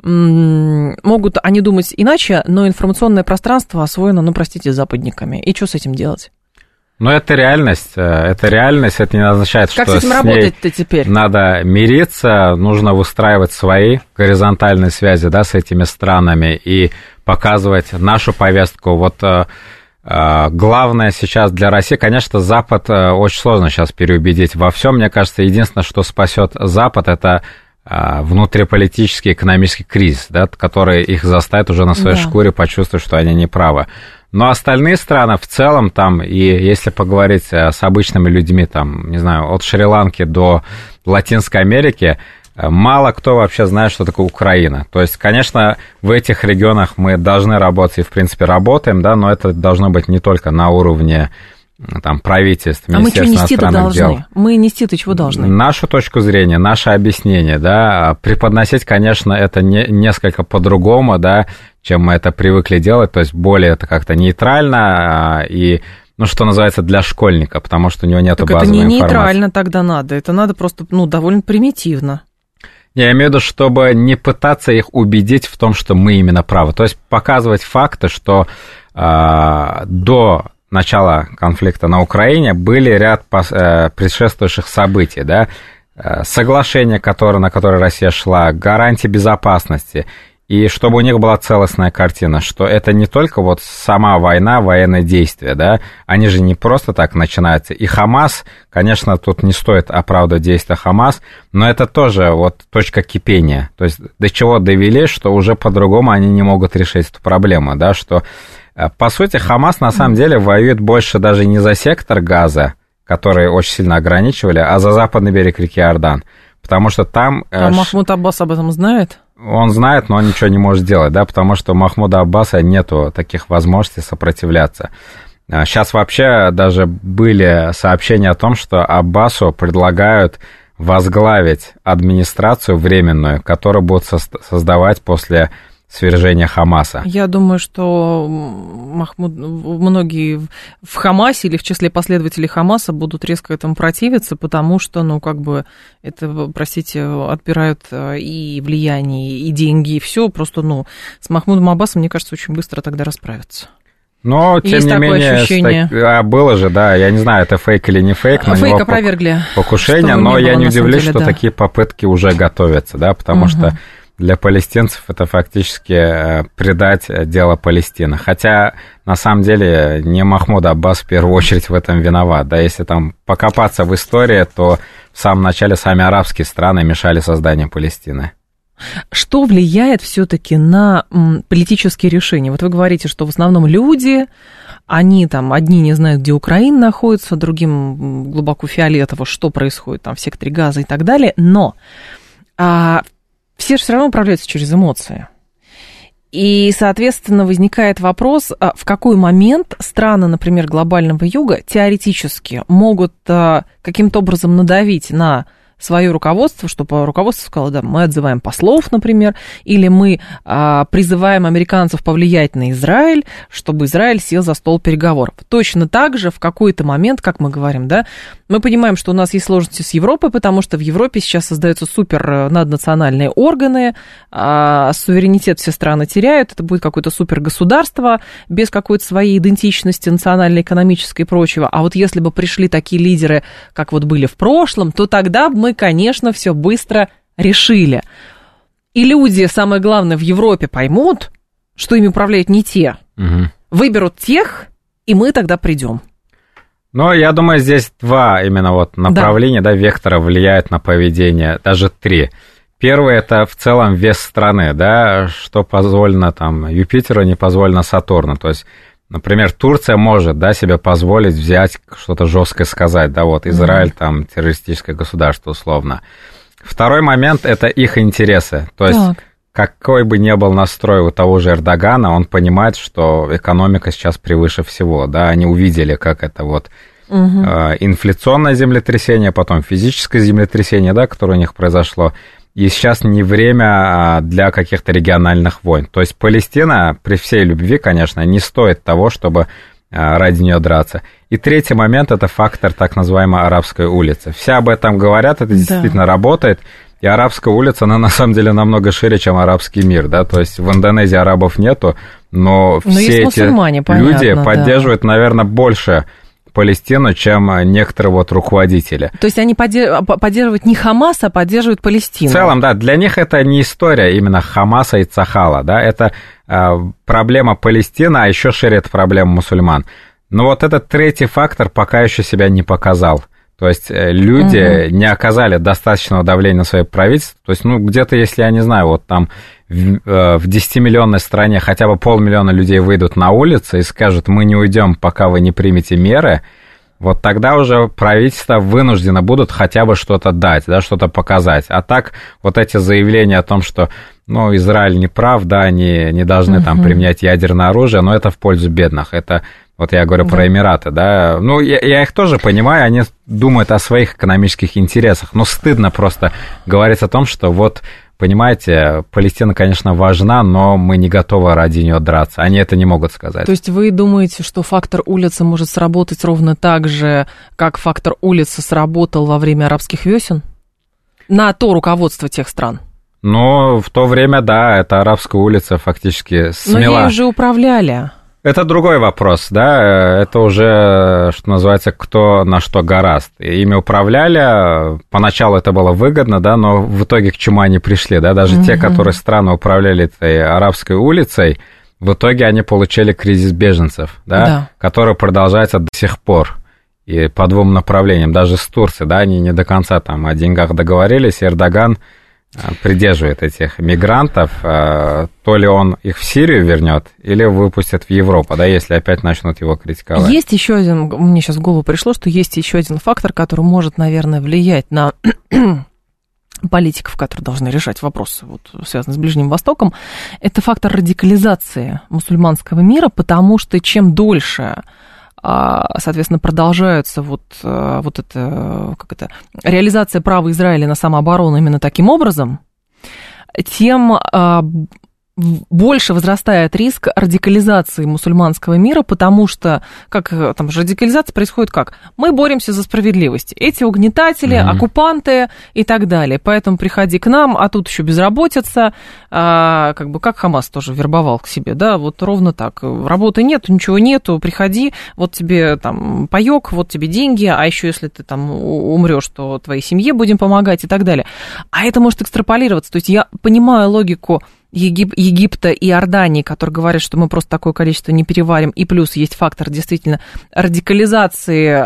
S2: могут они думать иначе, но информационное пространство освоено, простите, западниками. И что с этим делать?
S3: Это реальность, это не означает,
S2: как
S3: что
S2: с этим работать-то теперь? Надо
S3: мириться, нужно выстраивать свои горизонтальные связи, да, с этими странами и показывать нашу повестку. Главное сейчас для России, конечно, Запад очень сложно сейчас переубедить во всем. Мне кажется, единственное, что спасет Запад, это внутриполитический экономический кризис, да, который их заставит уже на своей шкуре почувствовать, что они не правы. Но остальные страны в целом там, и если поговорить с обычными людьми, там, не знаю, от Шри-Ланки до Латинской Америки, мало кто вообще знает, что такое Украина. То есть, конечно, в этих регионах мы должны работать и, в принципе, работаем, да, но это должно быть не только на уровне там, правительств, Министерства иностранных дел.
S2: Мы нести-то чего должны?
S3: Нашу точку зрения, наше объяснение, да, преподносить, конечно, это несколько по-другому, да, чем мы это привыкли делать, то есть более это как-то нейтрально и... что называется, для школьника, потому что у него нет базовой информации.
S2: Это не нейтрально тогда надо, это надо просто, довольно примитивно.
S3: Я имею в виду, чтобы не пытаться их убедить в том, что мы именно правы. То есть показывать факты, что до начала конфликта на Украине были ряд предшествующих событий, да, соглашения, на которые Россия шла, гарантии безопасности, и чтобы у них была целостная картина, что это не только сама война, военные действия, да, они же не просто так начинаются. И Хамас, конечно, тут не стоит оправдывать действия Хамас, но это тоже точка кипения. То есть до чего довели, что уже по-другому они не могут решить эту проблему, да, что, по сути, Хамас на самом деле воюет больше даже не за сектор Газа, который очень сильно ограничивали, а за западный берег реки Иордан. Потому что там...
S2: А Махмуд Аббас об этом знает?
S3: Он знает, но он ничего не может сделать, да, потому что у Махмуда Аббаса нету таких возможностей сопротивляться. Сейчас вообще даже были сообщения о том, что Аббасу предлагают возглавить администрацию временную, которую будут создавать после свержения Хамаса.
S2: Я думаю, что многие в Хамасе или в числе последователей Хамаса будут резко этому противиться, потому что, это, простите, отбирают и влияние, и деньги, и все. Просто, с Махмудом Аббасом, мне кажется, очень быстро тогда расправятся.
S3: Но, тем не менее, было же, да, я не знаю, это фейк или не фейк, на него
S2: опровергли
S3: покушение, но я не удивлюсь, что такие попытки уже готовятся, да, потому что для палестинцев это фактически предать дело Палестины. Хотя, на самом деле, не Махмуд Аббас в первую очередь в этом виноват, да, если там покопаться в истории, то в самом начале сами арабские страны мешали созданию Палестины.
S2: Что влияет все-таки на политические решения? Вот вы говорите, что в основном люди, они там, одни не знают, где Украина находится, другим глубоко фиолетово, что происходит там в секторе Газа и так далее, но все же все равно управляются через эмоции. И, соответственно, возникает вопрос, в какой момент страны, например, глобального юга, теоретически могут каким-то образом надавить на свое руководство, чтобы руководство сказало, да, мы отзываем послов, например, или мы призываем американцев повлиять на Израиль, чтобы Израиль сел за стол переговоров. Точно так же в какой-то момент, как мы говорим, да, мы понимаем, что у нас есть сложности с Европой, потому что в Европе сейчас создаются супер наднациональные органы, суверенитет все страны теряют, это будет какое-то супергосударство без какой-то своей идентичности национальной, экономической и прочего. А вот если бы пришли такие лидеры, как вот были в прошлом, то тогда мы, конечно, все быстро решили. И люди, самое главное, в Европе поймут, что ими управляют не те. Выберут тех, и мы тогда придем.
S3: Но я думаю, здесь два именно вот направления, да, вектора влияют на поведение, даже три. Первое – это в целом вес страны, да, что позволено там Юпитеру, не позволено Сатурну. То есть, например, Турция может, да, себе позволить взять что-то жесткое сказать, да, вот Израиль там террористическое государство условно. Второй момент – это их интересы, то есть какой бы ни был настрой у того же Эрдогана, он понимает, что экономика сейчас превыше всего, да, они увидели, как это вот инфляционное землетрясение, потом физическое землетрясение, да, которое у них произошло. И сейчас не время для каких-то региональных войн. То есть Палестина, при всей любви, конечно, не стоит того, чтобы ради нее драться. И третий момент – это фактор так называемой арабской улицы. Все об этом говорят, это действительно работает. И арабская улица, она на самом деле намного шире, чем арабский мир. Да? То есть в Индонезии арабов нету, но все эти люди поддерживают, наверное, больше Палестину, чем некоторые вот руководители.
S2: То есть они поддерживают не Хамас, а поддерживают Палестину.
S3: В целом, да, для них это не история именно Хамаса и Цахала, да, это проблема Палестины, а еще шире это проблема мусульман. Но вот этот третий фактор пока еще себя не показал. То есть люди не оказали достаточного давления на свое правительство. То есть, где-то, если, я не знаю, вот там в 10-миллионной стране хотя бы 500 000 людей выйдут на улицы и скажут, мы не уйдем, пока вы не примете меры, вот тогда уже правительства вынуждены будут хотя бы что-то дать, да, что-то показать. А так вот эти заявления о том, что Израиль не прав, да, они не должны там применять ядерное оружие, но это в пользу бедных, это... Вот я говорю про Эмираты, да. Я их тоже понимаю, они думают о своих экономических интересах. Но стыдно просто говорить о том, что вот, понимаете, Палестина, конечно, важна, но мы не готовы ради нее драться. Они это не могут сказать.
S2: То есть вы думаете, что фактор улицы может сработать ровно так же, как фактор улицы сработал во время арабских весен? На то руководство тех стран?
S3: В то время, да, эта арабская улица фактически смела.
S2: Но ей уже управляли.
S3: Это другой вопрос, да, это уже, что называется, кто на что горазд. Ими управляли, поначалу это было выгодно, да, но в итоге к чему они пришли, да, даже те, которые страны управляли этой арабской улицей, в итоге они получили кризис беженцев, да, который продолжается до сих пор. И по двум направлениям, даже с Турцией, да, они не до конца там о деньгах договорились, и Эрдоган придерживает этих мигрантов, то ли он их в Сирию вернет, или выпустит в Европу, да, если опять начнут его критиковать.
S2: Есть еще один, мне сейчас в голову пришло, что есть еще один фактор, который может, наверное, влиять на политиков, которые должны решать вопросы, вот, связанные с Ближним Востоком, это фактор радикализации мусульманского мира, потому что чем дольше, соответственно, продолжается реализация права Израиля на самооборону именно таким образом, тем больше возрастает риск радикализации мусульманского мира, потому что, как там же радикализация происходит как? Мы боремся за справедливость. Эти угнетатели, оккупанты и так далее. Поэтому приходи к нам, а тут еще безработица, как бы как Хамас тоже вербовал к себе, да, вот ровно так. Работы нету, ничего нету, приходи, вот тебе там паёк, вот тебе деньги, а еще если ты там умрешь, то твоей семье будем помогать и так далее. А это может экстраполироваться. То есть я понимаю логику Египта и Иордании, которые говорят, что мы просто такое количество не переварим, и плюс есть фактор действительно радикализации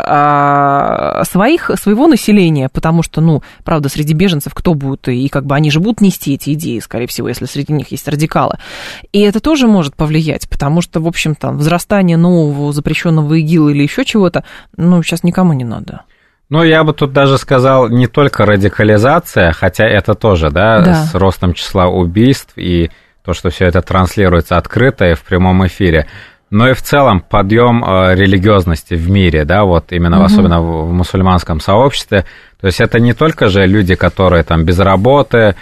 S2: своего населения, потому что, ну, правда, среди беженцев кто будет, и как бы они же будут нести эти идеи, скорее всего, если среди них есть радикалы. И это тоже может повлиять, потому что, в общем-то, возрастание нового запрещенного ИГИЛа или еще чего-то, ну, сейчас никому не надо.
S3: Ну, я бы тут даже сказал, не только радикализация, хотя это тоже, да, с ростом числа убийств и то, что все это транслируется открыто и в прямом эфире, но и в целом подъем религиозности в мире, да, вот именно особенно в мусульманском сообществе. То есть это не только же люди, которые там без работы,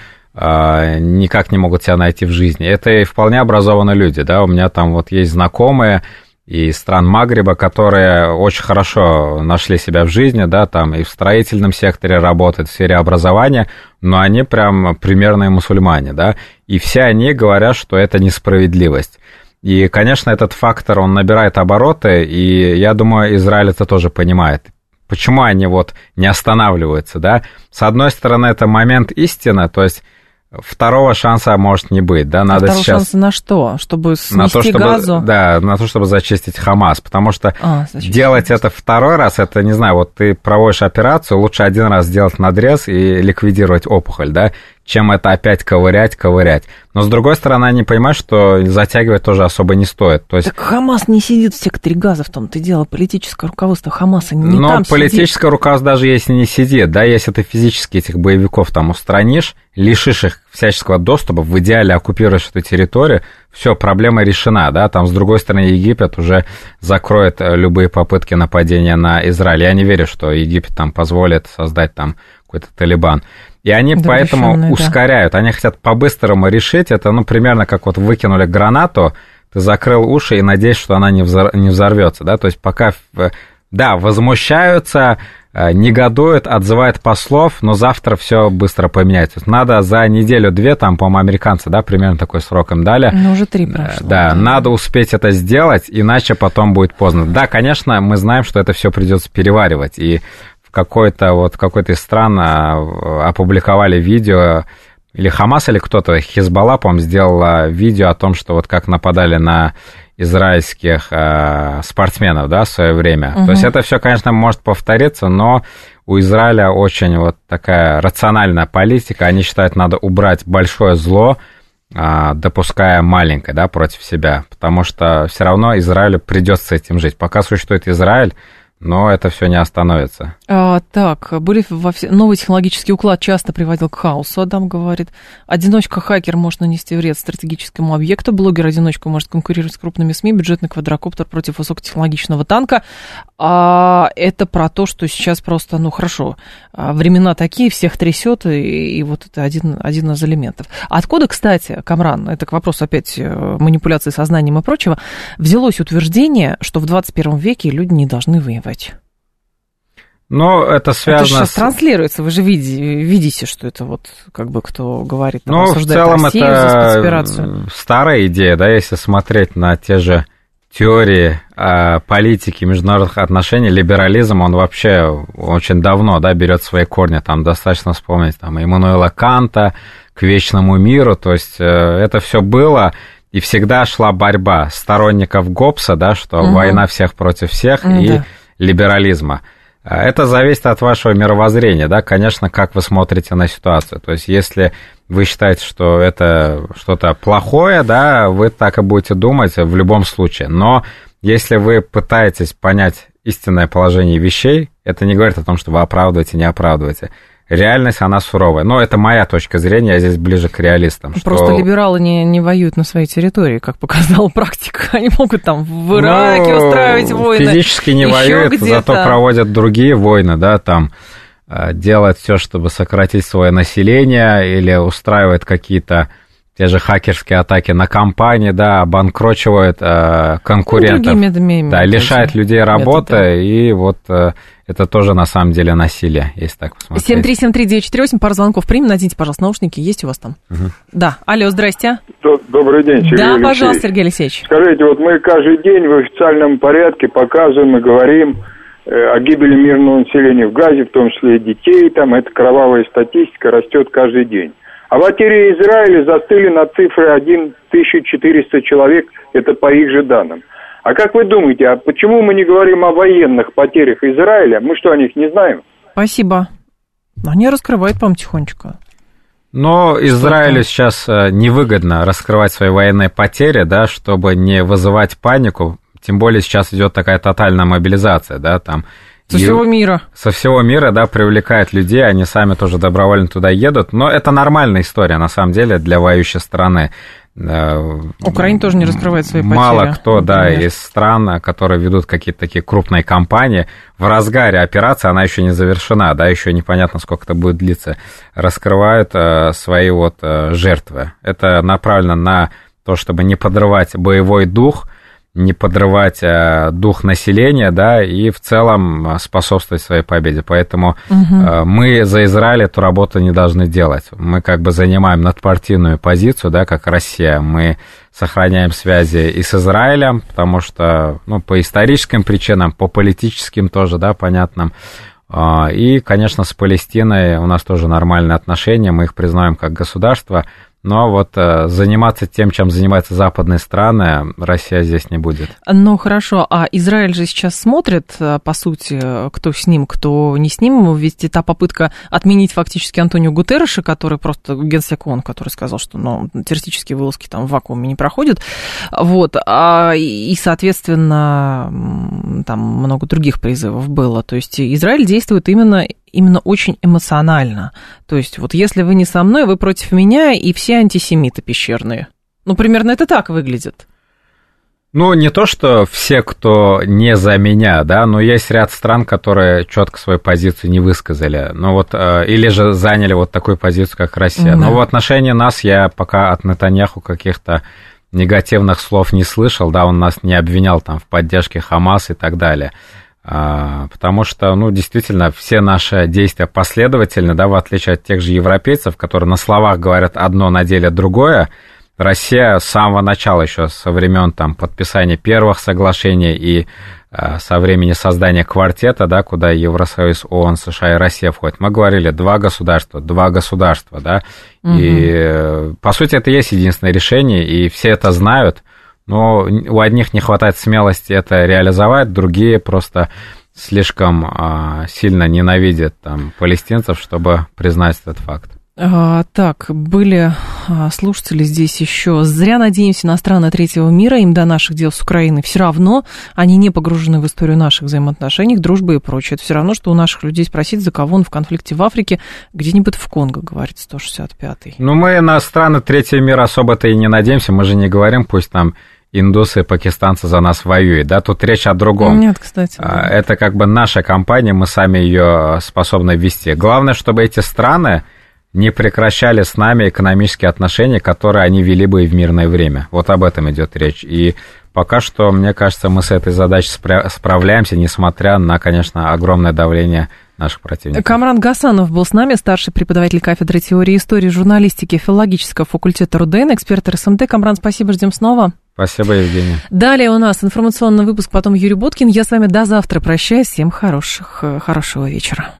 S3: никак не могут себя найти в жизни, это и вполне образованные люди, да, у меня там вот есть знакомые из стран Магриба, которые очень хорошо нашли себя в жизни, да, там и в строительном секторе работают, в сфере образования, но они прям примерные мусульмане, да, и все они говорят, что это несправедливость. И, конечно, этот фактор, он набирает обороты, и я думаю, Израиль это тоже понимает. Почему они вот не останавливаются, да? С одной стороны, это момент истины, то есть второго шанса может не быть, да, надо
S2: второго
S3: сейчас...
S2: шанса на что? Чтобы снести
S3: на то, чтобы,
S2: Газу?
S3: Да, на то, чтобы зачистить Хамас, потому что делать это второй раз, это, не знаю, вот ты проводишь операцию, лучше один раз сделать надрез и ликвидировать опухоль, да, чем это опять ковырять. Но, с другой стороны, они понимают, что затягивать тоже особо не стоит. То есть...
S2: Так Хамас не сидит в секторе Газа, в том-то и дело. Политическое руководство Хамаса не
S3: но
S2: там
S3: политическое
S2: сидит.
S3: руководство, даже если не сидит, да, если ты физически этих боевиков там устранишь, лишишь их всяческого доступа, в идеале оккупируешь эту территорию, все, проблема решена, да, там, с другой стороны, Египет уже закроет любые попытки нападения на Израиль. Я не верю, что Египет там позволит создать там какой-то Талибан. И они поэтому ускоряют, они хотят по-быстрому решить это, ну, примерно как вот выкинули гранату, ты закрыл уши и надеешься, что она не взорвется, да, то есть пока, да, возмущаются, негодуют, отзывают послов, но завтра все быстро поменяется. Надо за неделю-две, там, по-моему, американцы, да, примерно такой срок им дали.
S2: Ну, уже 3 прошло.
S3: Да, надо успеть это сделать, иначе потом будет поздно. Да, конечно, мы знаем, что это все придется переваривать, и в какой-то из стран опубликовали видео, или Хамас, или кто-то, Хизбалла, по-моему, сделала видео о том, что вот как нападали на израильских спортсменов, да, в свое время. То есть это все, конечно, может повториться, но у Израиля очень вот такая рациональная политика. Они считают, надо убрать большое зло, допуская маленькое, да, против себя, потому что все равно Израилю придется с этим жить. Пока существует Израиль, но это все не остановится.
S2: Так, новый технологический уклад часто приводил к хаосу, Адам говорит. Одиночка-хакер может нанести вред стратегическому объекту, блогер-одиночка может конкурировать с крупными СМИ, бюджетный квадрокоптер против высокотехнологичного танка. Это про то, что сейчас просто, ну, хорошо, времена такие, всех трясет, и вот это один из элементов. Откуда, кстати, Камран, это к вопросу опять манипуляции сознанием и прочего, взялось утверждение, что в 21 веке люди не должны воевать?
S3: Ну, это связано...
S2: Это сейчас транслируется, вы же видите, что это вот, как бы, кто говорит, там,
S3: ну,
S2: осуждает
S3: в целом
S2: Россию за спецоперацию.
S3: Старая идея, да, если смотреть на те же теории политики, международных отношений, либерализм, он вообще очень давно, да, берет свои корни, там, достаточно вспомнить, там, Иммануэла Канта, к вечному миру, то есть это все было... И всегда шла борьба сторонников Гоббса, да, что война всех против всех, и либерализма. Это зависит от вашего мировоззрения, да, конечно, как вы смотрите на ситуацию. То есть, если вы считаете, что это что-то плохое, да, вы так и будете думать в любом случае. Но если вы пытаетесь понять истинное положение вещей, это не говорит о том, что вы оправдываете, не оправдываете. Реальность, она суровая. Но это моя точка зрения, я здесь ближе к реалистам.
S2: Просто что... либералы не воюют на своей территории, как показала практика. Они могут там в Ираке устраивать войны.
S3: Физически не воюют, зато проводят другие войны, да, там делают все, чтобы сократить свое население, или устраивают какие-то те же хакерские атаки на компании, да, обанкрочивают конкурентов, да, лишает людей работы, и вот это тоже на самом деле насилие, если так посмотреть.
S2: 7373948, пара звонков примем, наденьте, пожалуйста, наушники, есть у вас там? Да, алло, здрасте.
S4: Добрый день, Сергей Алексеевич.
S2: Да, пожалуйста, Сергей Алексеевич.
S4: Скажите, вот мы каждый день в официальном порядке показываем и говорим о гибели мирного населения в Газе, в том числе и детей, там эта кровавая статистика растет каждый день. А в артерии Израиля застыли на цифре 1400 человек, это по их же данным. А как вы думаете, а почему мы не говорим о военных потерях Израиля? Мы что, о них не знаем?
S2: Спасибо. Они раскрывают, по-моему, тихонечко.
S3: Но Израилю сейчас невыгодно раскрывать свои военные потери, да, чтобы не вызывать панику. Тем более сейчас идет такая тотальная мобилизация, да, там.
S2: Со всего мира.
S3: Со всего мира, да, привлекают людей, они сами тоже добровольно туда едут. Но это нормальная история, на самом деле, для воюющей страны.
S2: Украина тоже не раскрывает свои потери.
S3: Мало кто, да, из стран, которые ведут какие-то такие крупные кампании, в разгаре операции, она еще не завершена, да, еще непонятно, сколько это будет длиться, раскрывают свои вот жертвы. Это направлено на то, чтобы не подрывать боевой дух, не подрывать дух населения, да, и в целом способствовать своей победе. Поэтому мы за Израиль эту работу не должны делать. Мы как бы занимаем надпартийную позицию, да, как Россия. Мы сохраняем связи и с Израилем, потому что, ну, по историческим причинам, по политическим тоже, да, понятным. И, конечно, с Палестиной у нас тоже нормальные отношения, мы их признаем как государство. Но вот заниматься тем, чем занимаются западные страны, Россия здесь не будет.
S2: Ну, хорошо, а Израиль же сейчас смотрит, по сути, кто с ним, кто не с ним, ведь это попытка отменить фактически Антонио Гутерреша, который просто генсек ООН, который сказал, что, ну, террористические вылазки там в вакууме не проходят, вот, и, соответственно, там много других призывов было, то есть Израиль действует именно очень эмоционально. То есть вот если вы не со мной, вы против меня, и все антисемиты пещерные. Ну, примерно это так выглядит.
S3: Ну, не то, что все, кто не за меня, да, но есть ряд стран, которые четко свою позицию не высказали. Ну, вот, или же заняли вот такую позицию, как Россия. Да. Но в отношении нас я пока от Нетаньяху каких-то негативных слов не слышал, да, он нас не обвинял там в поддержке Хамас и так далее. Потому что, ну, действительно, все наши действия последовательны, да, в отличие от тех же европейцев, которые на словах говорят одно, на деле другое. Россия с самого начала, еще со времен там подписания первых соглашений и со времени создания квартета, да, куда Евросоюз, ООН, США и Россия входят, мы говорили два государства, да, и, по сути, это и есть единственное решение, и все это знают. Но у одних не хватает смелости это реализовать, другие просто слишком сильно ненавидят там палестинцев, чтобы признать этот факт.
S2: Так, были слушатели здесь еще. Зря надеемся на страны третьего мира, им до наших дел с Украиной все равно. Они не погружены в историю наших взаимоотношений, дружбы и прочее. Это все равно, что у наших людей спросить, за кого он в конфликте в Африке, где-нибудь в Конго, говорит 165-й.
S3: Ну, мы на страны третьего мира особо-то и не надеемся, мы же не говорим, пусть там индусы и пакистанцы за нас воюют, да, тут речь о другом.
S2: Нет, кстати. Да.
S3: Это как бы наша компания, мы сами ее способны вести. Главное, чтобы эти страны не прекращали с нами экономические отношения, которые они вели бы и в мирное время. Вот об этом идет речь. И пока что, мне кажется, мы с этой задачей справляемся, несмотря на, конечно, огромное давление наших противников.
S2: Камран Гасанов был с нами, старший преподаватель кафедры теории истории, журналистики, филологического факультета РУДН, эксперт РСМД. Камран, спасибо, ждем снова.
S3: Спасибо, Евгения.
S2: Далее у нас информационный выпуск, потом Юрий Боткин. Я с вами до завтра прощаюсь. Всем хорошего вечера.